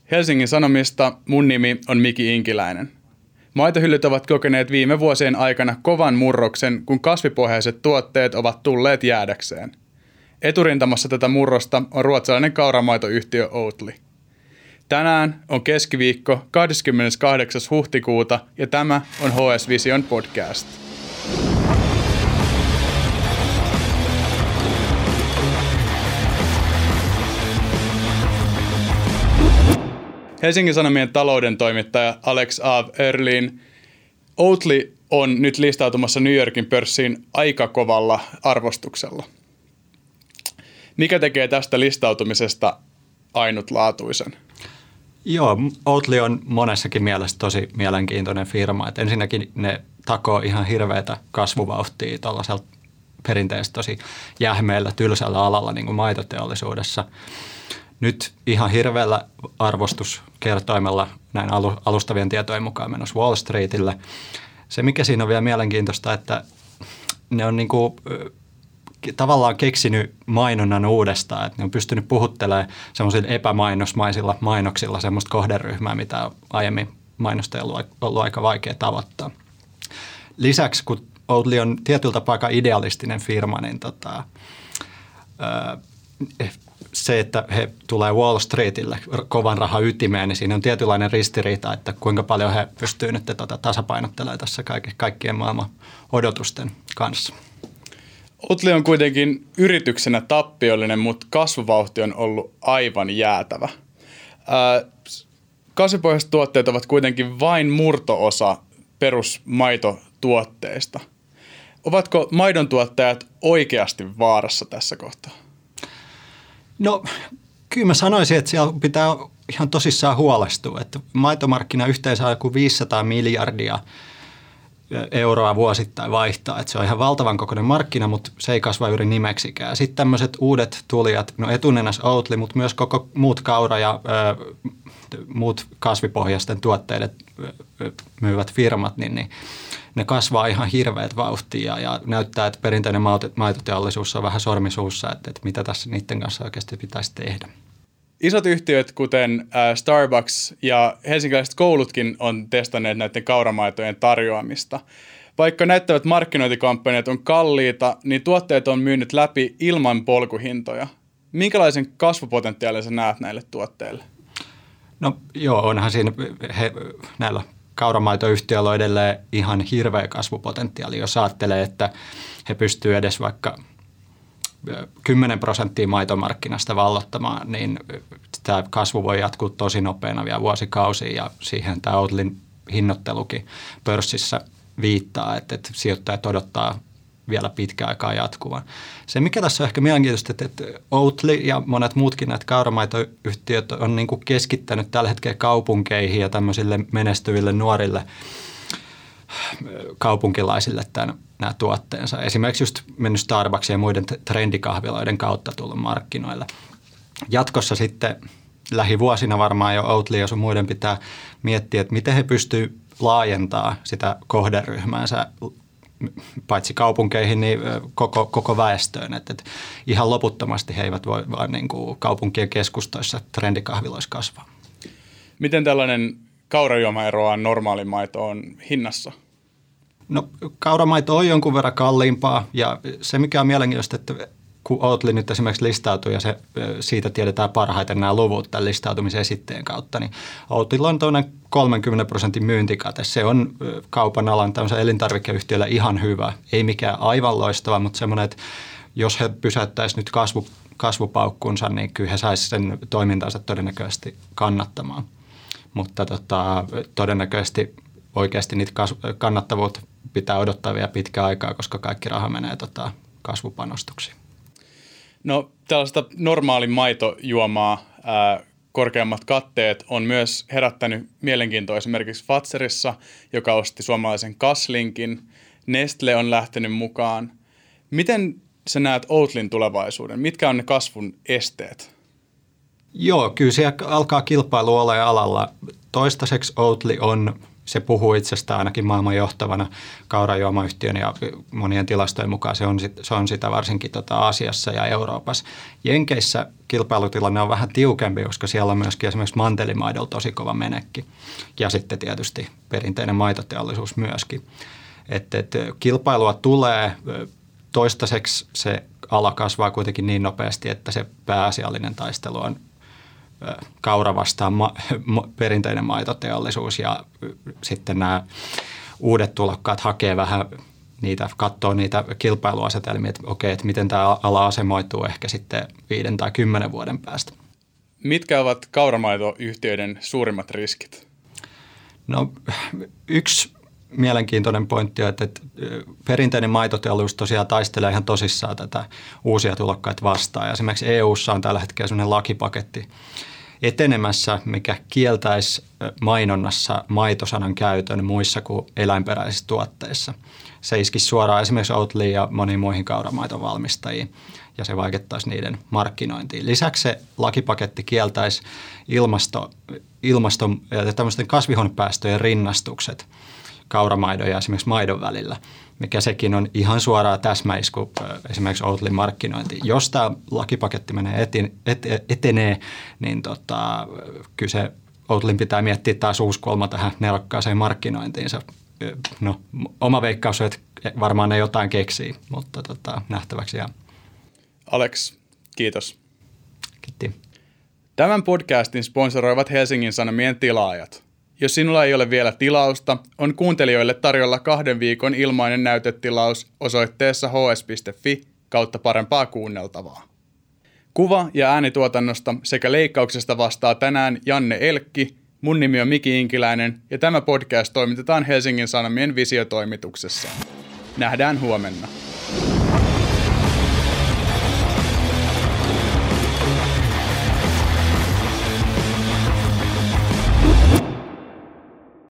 Helsingin Sanomista mun nimi on Miki Inkiläinen. Maitohyllyt ovat kokeneet viime vuosien aikana kovan murroksen, kun kasvipohjaiset tuotteet ovat tulleet jäädäkseen. Eturintamassa tätä murrosta on ruotsalainen kauramaitoyhtiö Oatly. Tänään on keskiviikko 28. huhtikuuta ja tämä on HS Vision podcast. Helsingin Sanomien talouden toimittaja Alex Av Erlin. Oatly on nyt listautumassa New Yorkin pörssiin aika kovalla arvostuksella. Mikä tekee tästä listautumisesta ainutlaatuisen? Joo, Oatly on monessakin mielessä tosi mielenkiintoinen firma. Et ensinnäkin ne takoo ihan hirveätä kasvuvauhtia tuollaisella perinteisesti tosi jähmeellä, tylsällä alalla niin kuin maitoteollisuudessa. Nyt ihan hirveällä arvostuskertoimella näin alustavien tietojen mukaan menossa Wall Streetille. Se, mikä siinä on vielä mielenkiintoista, että ne on niin kuin tavallaan keksinyt mainonnan uudestaan, että ne on pystynyt puhuttelemaan semmoisilla epämainosmaisilla mainoksilla semmoista kohderyhmää, mitä aiemmin mainostajilla on ollut aika vaikea tavoittaa. Lisäksi, kun Oatly on tietyllä tapaa aika idealistinen firma, niin se, että he tulee Wall Streetille kovan rahan ytimeen, niin siinä on tietynlainen ristiriita, että kuinka paljon he pystyvät nyt tasapainottelemaan tässä kaikkien maailman odotusten kanssa. Oatly on kuitenkin yrityksenä tappiollinen, mutta kasvuvauhti on ollut aivan jäätävä. Kasvipohjaiset tuotteet ovat kuitenkin vain murto-osa perusmaitotuotteista. Ovatko maidontuottajat oikeasti vaarassa tässä kohtaa? No, kyllä mä sanoisin, että siellä pitää ihan tosissaan huolestua, että maitomarkkina yhteensä on joku 500 miljardia euroa vuosittain vaihtaa, että se on ihan valtavan kokoinen markkina, mutta se ei kasva juuri nimeksikään. Sitten tämmöiset uudet tulijat, no etunenäs Oatly, mutta myös koko muut kaura ja muut kasvipohjaisten tuotteiden myyvät firmat, niin ne kasvaa ihan hirveät vauhtia ja näyttää, että perinteinen maitoteollisuus on vähän sormisuussa, että mitä tässä niiden kanssa oikeasti pitäisi tehdä. Isot yhtiöt, kuten Starbucks ja helsinkiläiset koulutkin on testanneet näiden kauramaitojen tarjoamista. Vaikka näyttävät markkinointikampanjat on kalliita, niin tuotteet on myynyt läpi ilman polkuhintoja. Minkälaisen kasvupotentiaalin sä näet näille tuotteille? No joo, onhan siinä näillä kauramaitoyhtiöillä on edelleen ihan hirveä kasvupotentiaali, jos ajattelee, että he pystyvät edes vaikka 10% maitomarkkinasta vallottamaan, niin tämä kasvu voi jatkuu tosi nopeana vielä vuosikausia ja siihen tämä Oatlyn hinnoittelukin pörssissä viittaa, että sijoittajat odottaa vielä pitkään aikaa jatkuvan. Se, mikä tässä on ehkä mielenkiintoista, että Oatly ja monet muutkin näitä kauramaitoyhtiöt on niin kuin keskittänyt tällä hetkellä kaupunkeihin ja tämmöisille menestyville nuorille kaupunkilaisille nämä tuotteensa. Esimerkiksi just mennyt Starbucksin ja muiden trendikahviloiden kautta tullut markkinoille. Jatkossa sitten lähivuosina varmaan jo Oatly ja sun muiden pitää miettiä, että miten he pystyvät laajentamaan sitä kohderyhmäänsä paitsi kaupunkeihin, niin koko väestöön. Että ihan loputtomasti he eivät voi vaan niin kuin kaupunkien keskustoissa trendikahviloissa kasvaa. Miten tällainen kaurajuoma eroaa normaalin maitoon hinnassa? No kauramaito on jonkun verran kalliimpaa ja se mikä on mielenkiintoista, että kun Oatly nyt esimerkiksi listautui ja siitä tiedetään parhaiten nämä luvut tämän listautumisen esitteen kautta, niin Oatlylla on tuollainen 30% myyntikate. Se on kaupan alan tämmöisen elintarvikeyhtiöllä ihan hyvä. Ei mikään aivan loistava, mutta semmoinen, että jos he pysäyttäisivät nyt kasvupaukkunsa, niin kyllä he saisivat sen toimintansa todennäköisesti kannattamaan. Mutta todennäköisesti oikeasti niitä kannattavuutta pitää odottaa vielä pitkään aikaa, koska kaikki raha menee kasvupanostuksiin. No tällaista normaalin maitojuomaa korkeammat katteet on myös herättänyt mielenkiintoa esimerkiksi Fatzerissa, joka osti suomalaisen Kaslinkin. Nestle on lähtenyt mukaan. Miten sä näet Oatlyn tulevaisuuden? Mitkä on ne kasvun esteet? Joo, kyllä siellä alkaa kilpailu olla alalla. Toistaiseksi Oatly on se puhuu itsestään ainakin maailman johtavana kaurajuomayhtiön ja monien tilastojen mukaan se on sitä varsinkin Aasiassa ja Euroopassa. Jenkeissä kilpailutilanne on vähän tiukempi, koska siellä on myöskin esimerkiksi mantelimaidolla tosi kova menekki ja sitten tietysti perinteinen maitoteollisuus myöskin. Että kilpailua tulee, toistaiseksi se ala kasvaa kuitenkin niin nopeasti, että se pääasiallinen taistelu on kaura vastaan perinteinen maitoteollisuus ja sitten nämä uudet tulokkaat hakee vähän katsoo niitä kilpailuasetelmia, että okei, että miten tämä ala asemoituu ehkä sitten 5 tai 10 vuoden päästä. Mitkä ovat kauramaitoyhtiöiden suurimmat riskit? No yksi mielenkiintoinen pointti on, että perinteinen maitoteollisuus tosiaan taistelee ihan tosissaan tätä uusia tulokkaita vastaan. Ja esimerkiksi EU:ssa on tällä hetkellä sellainen lakipaketti etenemässä, mikä kieltäisi mainonnassa maitosanan käytön muissa kuin eläinperäisissä tuotteissa. Se iskisi suoraan esimerkiksi Oatlyin ja moniin muihin kauramaiton-valmistajiin ja se vaikuttaisi niiden markkinointiin. Lisäksi se lakipaketti kieltäisi ilmaston ja tämmöisten kasvihuonepäästöjen rinnastukset kauramaidon ja esimerkiksi maidon välillä, mikä sekin on ihan suoraa täsmäisku esimerkiksi Oatlyn markkinointiin. Jos tämä lakipaketti etenee, niin kyllä se Oatlyn pitää miettiä taas uusi kulma tähän nerokkaaseen markkinointiinsa. No, oma veikkaus on, että varmaan ne jotain keksii, mutta nähtäväksi jää. Alex, kiitos. Kiitos. Tämän podcastin sponsoroivat Helsingin Sanomien tilaajat. Jos sinulla ei ole vielä tilausta, on kuuntelijoille tarjolla 2 viikon ilmainen näytetilaus osoitteessa hs.fi/parempaa kuunneltavaa. Kuva- ja äänituotannosta sekä leikkauksesta vastaa tänään Janne Elkki, mun nimi on Miki Inkiläinen ja tämä podcast toimitetaan Helsingin Sanomien visiotoimituksessa. Nähdään huomenna.